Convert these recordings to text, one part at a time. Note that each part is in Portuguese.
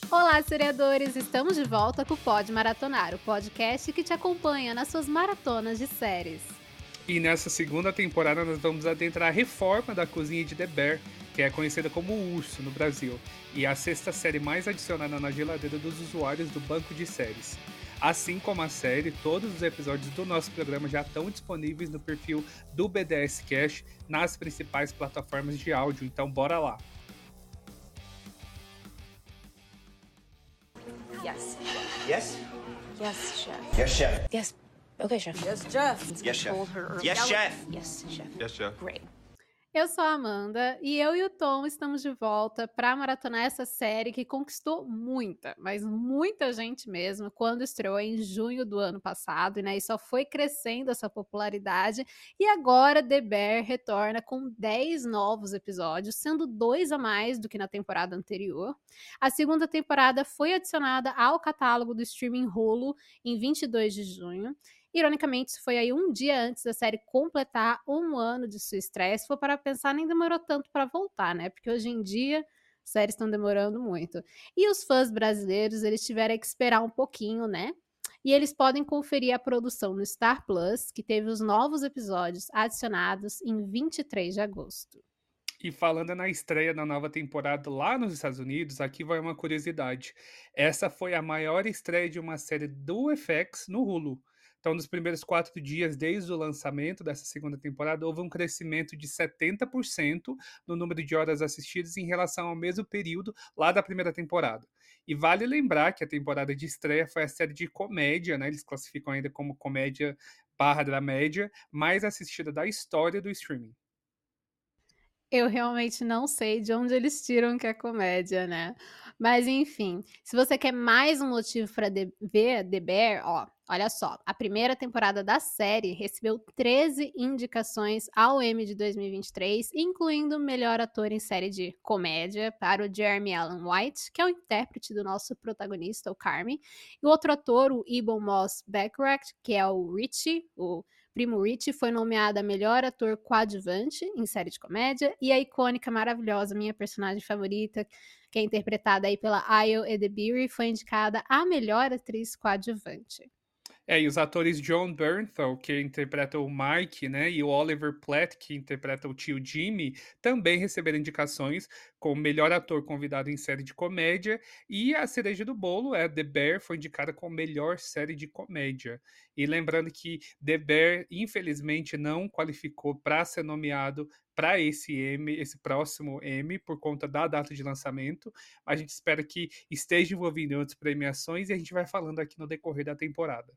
Olá, seriadores! Estamos de volta com o Pod Maratonar, o podcast que te acompanha nas suas maratonas de séries. E nessa segunda temporada nós vamos adentrar a reforma da cozinha de The Bear, que é conhecida como Urso no Brasil, e é a sexta série mais adicionada na geladeira dos usuários do banco de séries. Assim como a série, todos os episódios do nosso programa já estão disponíveis no perfil do BDS Cash nas principais plataformas de áudio, então bora lá! Yes. Yes? Yes, chef. Yes, chef. Yes. Okay, chef. Yes, Jeff. Yes, chef. Told her earlier. Yes, chef. Yes, chef. Yes, chef. Great. Eu sou a Amanda e eu e o Tom estamos de volta para maratonar essa série que conquistou muita, mas muita gente mesmo, quando estreou em junho do ano passado, né? E só foi crescendo essa popularidade. E agora The Bear retorna com 10 novos episódios, sendo 2 a mais do que na temporada anterior. A segunda temporada foi adicionada ao catálogo do streaming Hulu em 22 de junho. Ironicamente, isso foi aí um dia antes da série completar um ano de sua estreia. Se for para pensar, nem demorou tanto para voltar, né? Porque hoje em dia, séries estão demorando muito. E os fãs brasileiros, eles tiveram que esperar um pouquinho, né? E eles podem conferir a produção no Star Plus, que teve os novos episódios adicionados em 23 de agosto. E falando na estreia da nova temporada lá nos Estados Unidos, aqui vai uma curiosidade. Essa foi a maior estreia de uma série do FX no Hulu. Então, nos primeiros 4 dias desde o lançamento dessa segunda temporada, houve um crescimento de 70% no número de horas assistidas em relação ao mesmo período lá da primeira temporada. E vale lembrar que a temporada de estreia foi a série de comédia, né? Eles classificam ainda como comédia barra dramédia, mais assistida da história do streaming. Eu realmente não sei de onde eles tiram que é comédia, né? Mas enfim, se você quer mais um motivo para ver The Bear, ó, olha só. A primeira temporada da série recebeu 13 indicações ao Emmy de 2023, incluindo melhor ator em série de comédia para o Jeremy Allen White, que é o intérprete do nosso protagonista, o Carmy, e o outro ator, o Ebon Moss-Backrack, que é o Richie, o Primo Richie, foi nomeado a melhor ator coadjuvante em série de comédia, e a icônica, maravilhosa, minha personagem favorita, que é interpretada aí pela Ayo Edebiri, foi indicada a melhor atriz coadjuvante. E os atores John Bernthal, que interpreta o Mike, né, e o Oliver Platt, que interpreta o tio Jimmy, também receberam indicações como melhor ator convidado em série de comédia, e a cereja do bolo é The Bear, foi indicada como melhor série de comédia. E lembrando que The Bear, infelizmente, não qualificou para ser nomeado para esse Emmy, esse próximo Emmy, por conta da data de lançamento. A gente espera que esteja envolvido em outras premiações e a gente vai falando aqui no decorrer da temporada.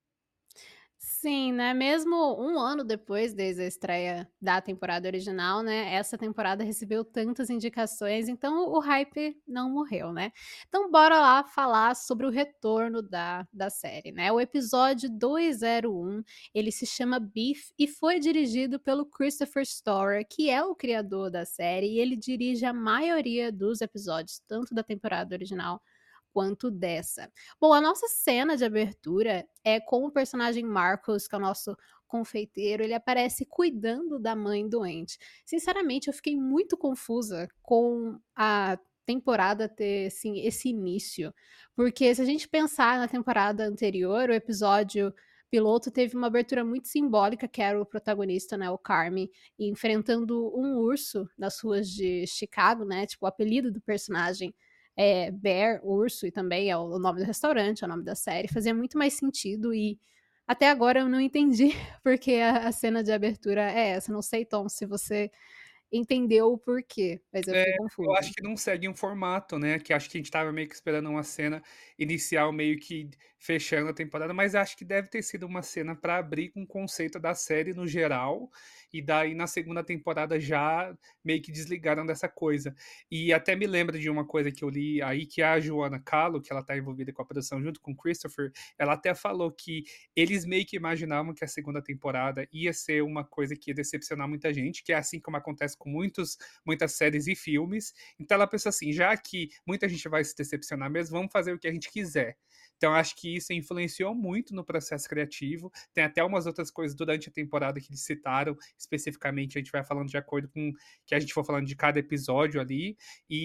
Sim, né, mesmo um ano depois desde a estreia da temporada original, né, essa temporada recebeu tantas indicações, então o hype não morreu, né. Então bora lá falar sobre o retorno da série, né. O episódio 201, ele se chama Beef e foi dirigido pelo Christopher Storer, que é o criador da série, e ele dirige a maioria dos episódios, tanto da temporada original quanto dessa. Bom, a nossa cena de abertura é com o personagem Marcos, que é o nosso confeiteiro, ele aparece cuidando da mãe doente. Sinceramente, eu fiquei muito confusa com a temporada ter, assim, esse início, porque se a gente pensar na temporada anterior, o episódio piloto teve uma abertura muito simbólica, que era o protagonista, né, o Carmy, enfrentando um urso nas ruas de Chicago, né, tipo, o apelido do personagem é Bear, urso, e também é o nome do restaurante, é o nome da série, fazia muito mais sentido e até agora eu não entendi porque a cena de abertura é essa. Não sei, Tom, se você entendeu o porquê, mas eu É, fiquei eu confusa. acho que não segue um formato, né, que acho que a gente estava meio que esperando uma cena inicial meio que fechando a temporada, mas acho que deve ter sido uma cena para abrir com o conceito da série no geral, e daí na segunda temporada já meio que desligaram dessa coisa. E até me lembro de uma coisa que eu li aí, que a Joanna Kahlo, que ela tá envolvida com a produção junto com o Christopher, ela até falou que eles meio que imaginavam que a segunda temporada ia ser uma coisa que ia decepcionar muita gente, que é assim como acontece com muitas séries e filmes. Então ela pensou assim, já que muita gente vai se decepcionar mesmo, vamos fazer o que a gente quiser. Então acho que isso influenciou muito no processo criativo. Tem até umas outras coisas durante a temporada que eles citaram, especificamente a gente vai falando de acordo com que a gente for falando de cada episódio ali,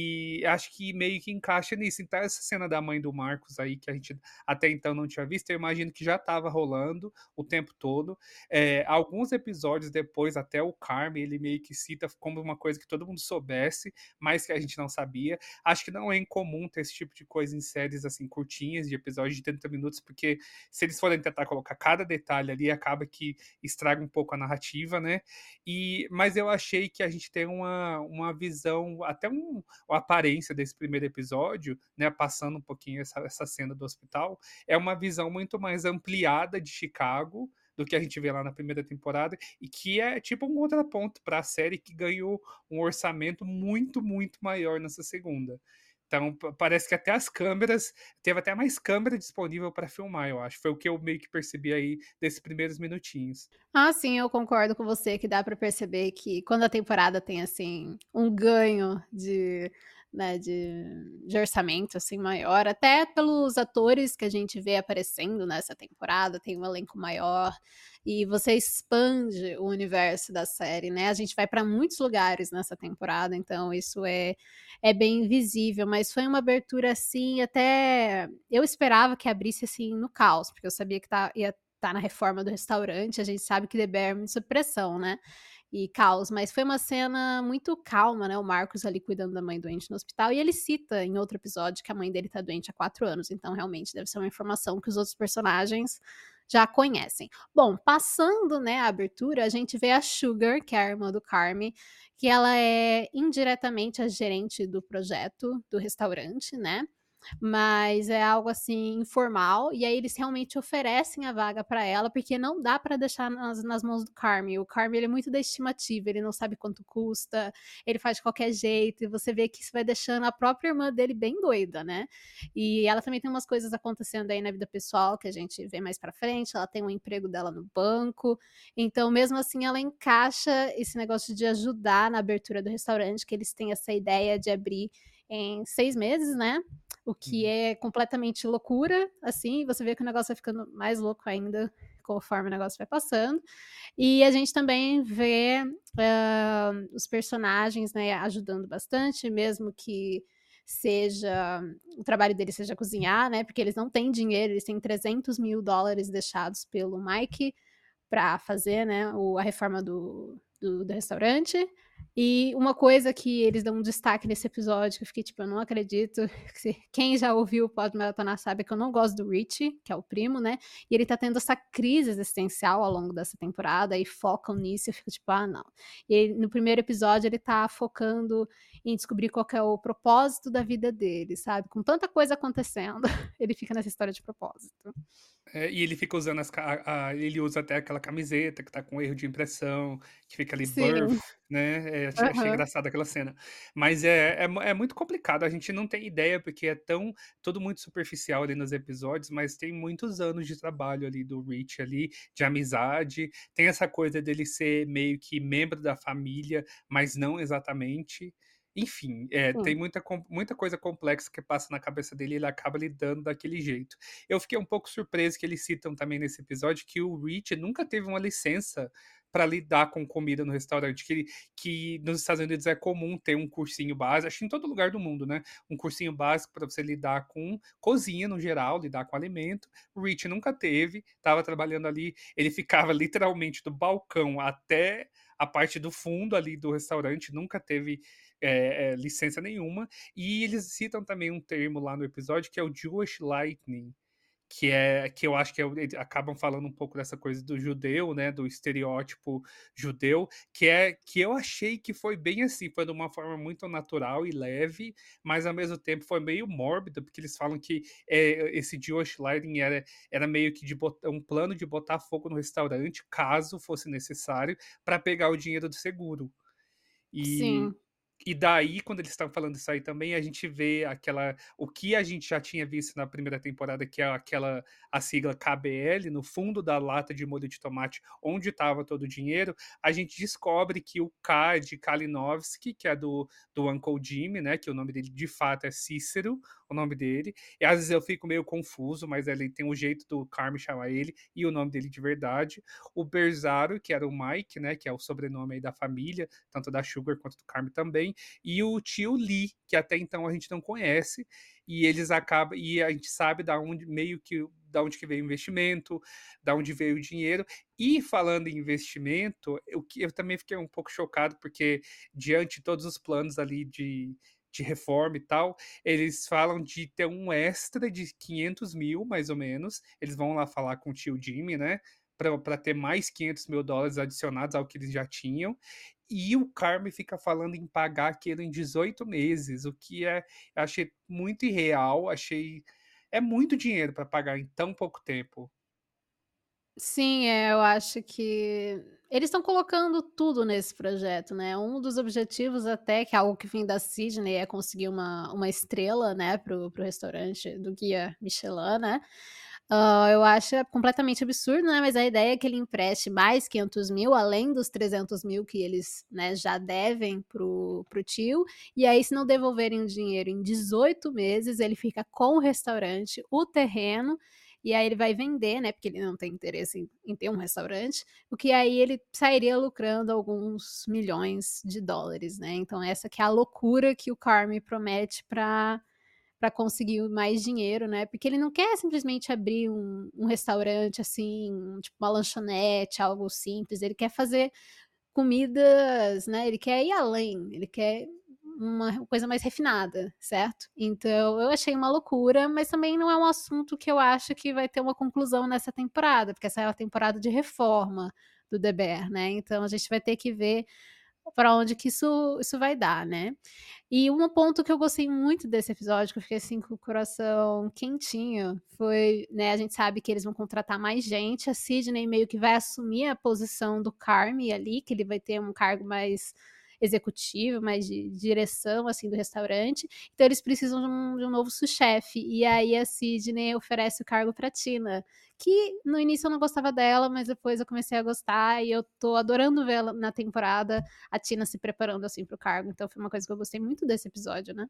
e acho que meio que encaixa nisso. Então essa cena da mãe do Marcos aí, que a gente até então não tinha visto, eu imagino que já estava rolando o tempo todo. Alguns episódios depois, até o Carmen, ele meio que cita como uma coisa que todo mundo soubesse, mas que a gente não sabia. Acho que não é incomum ter esse tipo de coisa em séries assim curtinhas, de episódios de 30 minutos, porque se eles forem tentar colocar cada detalhe ali, acaba que estraga um pouco a narrativa, né? Mas eu achei que a gente tem uma visão, até a aparência desse primeiro episódio, né? Passando um pouquinho essa cena do hospital, é uma visão muito mais ampliada de Chicago do que a gente vê lá na primeira temporada, e que é tipo um contraponto para a série que ganhou um orçamento muito, muito maior nessa segunda. Então, parece que até as câmeras, teve até mais câmera disponível para filmar, eu acho. Foi o que eu meio que percebi aí desses primeiros minutinhos. Ah, sim, eu concordo com você que dá pra perceber que quando a temporada tem, assim, um ganho de, né, de orçamento, assim, maior, até pelos atores que a gente vê aparecendo nessa temporada, tem um elenco maior, e você expande o universo da série, né, a gente vai pra muitos lugares nessa temporada, então isso é bem visível, mas foi uma abertura, assim, até eu esperava que abrisse, assim, no caos, porque eu sabia que ia tá na reforma do restaurante, a gente sabe que The Bear é muito sob pressão, né, e caos, mas foi uma cena muito calma, né, o Marcos ali cuidando da mãe doente no hospital, e ele cita em outro episódio que a mãe dele tá doente há 4 anos, então realmente deve ser uma informação que os outros personagens já conhecem. Bom, passando, né, a abertura, a gente vê a Sugar, que é a irmã do Carme, que ela é indiretamente a gerente do projeto do restaurante, né, mas é algo, assim, informal, e aí eles realmente oferecem a vaga pra ela, porque não dá pra deixar nas mãos do Carme. O Carme, ele é muito da estimativa, ele não sabe quanto custa, ele faz de qualquer jeito, e você vê que isso vai deixando a própria irmã dele bem doida, né. E ela também tem umas coisas acontecendo aí na vida pessoal que a gente vê mais pra frente, ela tem um emprego dela no banco, então mesmo assim ela encaixa esse negócio de ajudar na abertura do restaurante, que eles têm essa ideia de abrir em 6 meses, né, o que Uhum. é completamente loucura, assim, você vê que o negócio vai ficando mais louco ainda conforme o negócio vai passando. E a gente também vê, os personagens, né, ajudando bastante, mesmo que seja o trabalho deles seja cozinhar, né, porque eles não têm dinheiro, eles têm $300.000 deixados pelo Mike para fazer, né, a reforma do restaurante. E uma coisa que eles dão um destaque nesse episódio, que eu fiquei tipo, eu não acredito, quem já ouviu o Pode Maratonar sabe que eu não gosto do Richie, que é o primo, né, e ele tá tendo essa crise existencial ao longo dessa temporada, e focam nisso, e eu fico tipo, ah, não. E no primeiro episódio ele tá focando em descobrir qual que é o propósito da vida dele, sabe, com tanta coisa acontecendo, ele fica nessa história de propósito. E ele fica usando ele usa até aquela camiseta que tá com erro de impressão, que fica ali "birth", Sim, né, achei aham. engraçada aquela cena. Mas é muito complicado, a gente não tem ideia, porque é tudo muito superficial ali nos episódios, mas tem muitos anos de trabalho ali do Rich ali, de amizade, tem essa coisa dele ser meio que membro da família, mas não exatamente. Enfim, tem Sim. muita coisa complexa que passa na cabeça dele e ele acaba lidando daquele jeito. Eu fiquei um pouco surpreso que eles citam também nesse episódio que o Rich nunca teve uma licença para lidar com comida no restaurante, que nos Estados Unidos é comum ter um cursinho básico, acho que em todo lugar do mundo, né? Um cursinho básico para você lidar com cozinha no geral, lidar com alimento. O Rich nunca teve, estava trabalhando ali, ele ficava literalmente do balcão até a parte do fundo ali do restaurante, nunca teve licença nenhuma. E eles citam também um termo lá no episódio que é o Jewish Lightning, que eu acho que eles acabam falando um pouco dessa coisa do judeu, né, do estereótipo judeu, que eu achei que foi bem assim, foi de uma forma muito natural e leve, mas ao mesmo tempo foi meio mórbida, porque eles falam que esse Jewish Lighting era meio que um plano de botar fogo no restaurante, caso fosse necessário, para pegar o dinheiro do seguro. E Sim. e daí, quando eles estão falando isso aí também, a gente vê o que a gente já tinha visto na primeira temporada, que é a sigla KBL, no fundo da lata de molho de tomate, onde estava todo o dinheiro, a gente descobre que o K é de Kalinowski, que é do Uncle Jimmy, né, que o nome dele de fato é Cícero, o nome dele. E às vezes eu fico meio confuso, mas ele tem o jeito do Carme chamar ele e o nome dele de verdade. O Berzaru, que era o Mike, né, que é o sobrenome aí da família, tanto da Sugar quanto do Carme também, e o tio Lee, que até então a gente não conhece, e eles acabam e a gente sabe da onde meio que da onde que veio o investimento, da onde veio o dinheiro. E falando em investimento, eu também fiquei um pouco chocado porque diante de todos os planos ali de reforma e tal, eles falam de ter um extra de 500 mil, mais ou menos. Eles vão lá falar com o tio Jimmy, né? Para ter mais 500 mil dólares adicionados ao que eles já tinham. E o Carme fica falando em pagar aquilo em 18 meses, o que eu achei muito irreal, achei. É muito dinheiro para pagar em tão pouco tempo. Sim, eu acho que eles estão colocando tudo nesse projeto, né. Um dos objetivos até, que é algo que vem da Sydney, é conseguir uma estrela, né, para o restaurante do guia Michelin, né. Eu acho completamente absurdo, né, mas a ideia é que ele empreste mais 500 mil, além dos 300 mil que eles, né, já devem pro tio, e aí se não devolverem o dinheiro em 18 meses, ele fica com o restaurante, o terreno, e aí ele vai vender, né, porque ele não tem interesse em ter um restaurante, o que aí ele sairia lucrando alguns milhões de dólares, né. Então essa que é a loucura que o Carme promete para conseguir mais dinheiro, né, porque ele não quer simplesmente abrir um restaurante, assim, tipo uma lanchonete, algo simples, ele quer fazer comidas, né, ele quer ir além, ele quer uma coisa mais refinada, certo? Então eu achei uma loucura, mas também não é um assunto que eu acho que vai ter uma conclusão nessa temporada, porque essa é a temporada de reforma do The Bear, né, então a gente vai ter que ver para onde que isso vai dar, né. E um ponto que eu gostei muito desse episódio, que eu fiquei, assim, com o coração quentinho, foi, né, a gente sabe que eles vão contratar mais gente, a Sydney meio que vai assumir a posição do Carme ali, que ele vai ter um cargo mais executivo, mais de direção, assim, do restaurante, então eles precisam de um novo sous-chefe, e aí a Sydney oferece o cargo pra Tina, que no início eu não gostava dela, mas depois eu comecei a gostar e eu tô adorando ver ela na temporada, a Tina se preparando, assim, para o cargo, então foi uma coisa que eu gostei muito desse episódio, né.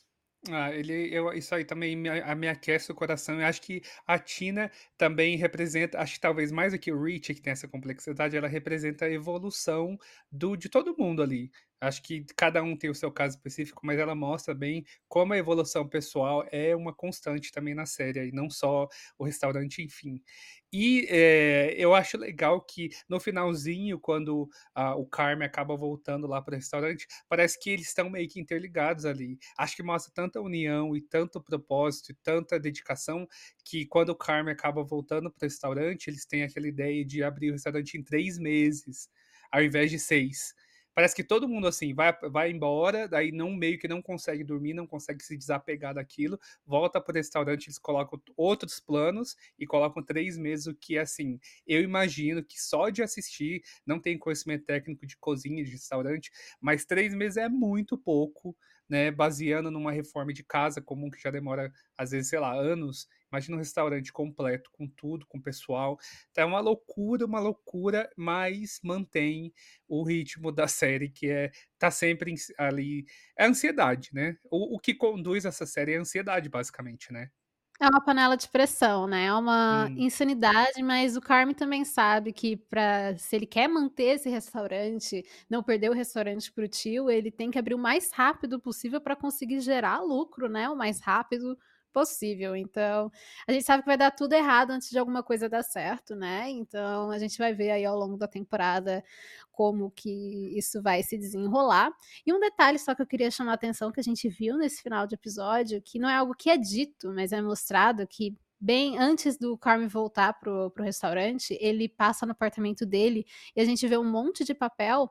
Isso aí também me aquece o coração. Eu acho que a Tina também representa, acho que talvez mais do que o Rich, que tem essa complexidade, ela representa a evolução de todo mundo ali. Acho que cada um tem o seu caso específico, mas ela mostra bem como a evolução pessoal é uma constante também na série, e não só o restaurante, enfim. E eu acho legal que no finalzinho, quando o Carmen acaba voltando lá para o restaurante, parece que eles estão meio que interligados ali. Acho que mostra tanta união e tanto propósito e tanta dedicação que quando o Carmen acaba voltando para o restaurante, eles têm aquela ideia de abrir o restaurante em 3 meses, ao invés de 6. Parece que todo mundo assim vai embora, daí não meio que não consegue dormir, não consegue se desapegar daquilo, volta para o restaurante, eles colocam outros planos e colocam 3 meses, o que assim, eu imagino que só de assistir, não tem conhecimento técnico de cozinha, de restaurante, mas 3 meses é muito pouco, né? Baseando numa reforma de casa comum que já demora, às vezes, sei lá, anos. Imagina um restaurante completo, com tudo, com pessoal. Então é uma loucura, mas mantém o ritmo da série, que tá sempre ali. É ansiedade, né? O que conduz essa série é a ansiedade, basicamente, né? É uma panela de pressão, né, é uma Hum. insanidade, mas o Carme também sabe que se ele quer manter esse restaurante, não perder o restaurante para o tio, ele tem que abrir o mais rápido possível para conseguir gerar lucro, né, o mais rápido possível. Então, a gente sabe que vai dar tudo errado antes de alguma coisa dar certo, né, então a gente vai ver aí ao longo da temporada como que isso vai se desenrolar. E um detalhe só que eu queria chamar a atenção, que a gente viu nesse final de episódio, que não é algo que é dito, mas é mostrado que bem antes do Carmen voltar pro restaurante, ele passa no apartamento dele e a gente vê um monte de papel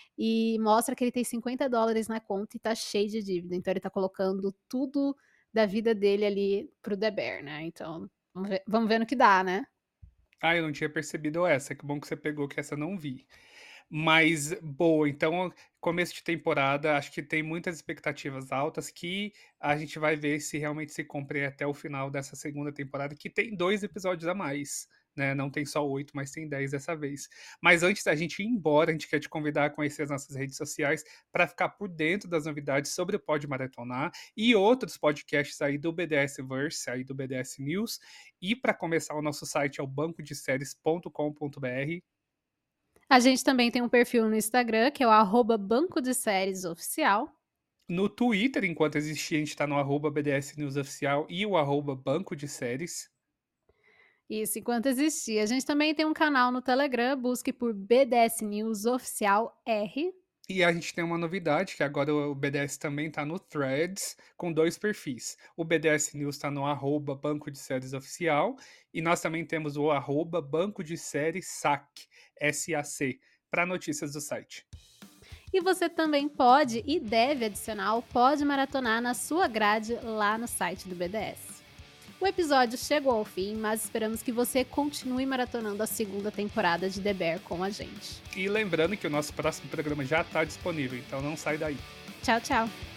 e mostra que ele tem US$ 50 na conta e tá cheio de dívida. Então ele tá colocando tudo da vida dele ali pro The Bear, né. Então, vamos ver no que dá, né. Eu não tinha percebido essa. Que bom que você pegou, que essa eu não vi. Mas, boa, então, começo de temporada, acho que tem muitas expectativas altas que a gente vai ver se realmente se cumpre até o final dessa segunda temporada, que tem 2 episódios a mais, né? Não tem só 8, mas tem 10 dessa vez. Mas antes da gente ir embora, a gente quer te convidar a conhecer as nossas redes sociais para ficar por dentro das novidades sobre o Pode Maratonar e outros podcasts aí do BDS Verse, aí do BDS News. E para começar, o nosso site é o bancodeséries.com.br. A gente também tem um perfil no Instagram, que é o @Banco de Séries Oficial. No Twitter, enquanto existir, a gente está no @BDS News Oficial e o @Banco de Séries. Isso, enquanto existir. A gente também tem um canal no Telegram, busque por BDS News Oficial R. E a gente tem uma novidade, que agora o BDS também está no Threads, com 2 perfis. O BDS News está no @Banco de Séries Oficial, e nós também temos o @Banco de Séries SAC, SAC, para notícias do site. E você também pode e deve adicionar o Pode Maratonar na sua grade lá no site do BDS. O episódio chegou ao fim, mas esperamos que você continue maratonando a segunda temporada de The Bear com a gente. E lembrando que o nosso próximo programa já está disponível, então não sai daí. Tchau, tchau!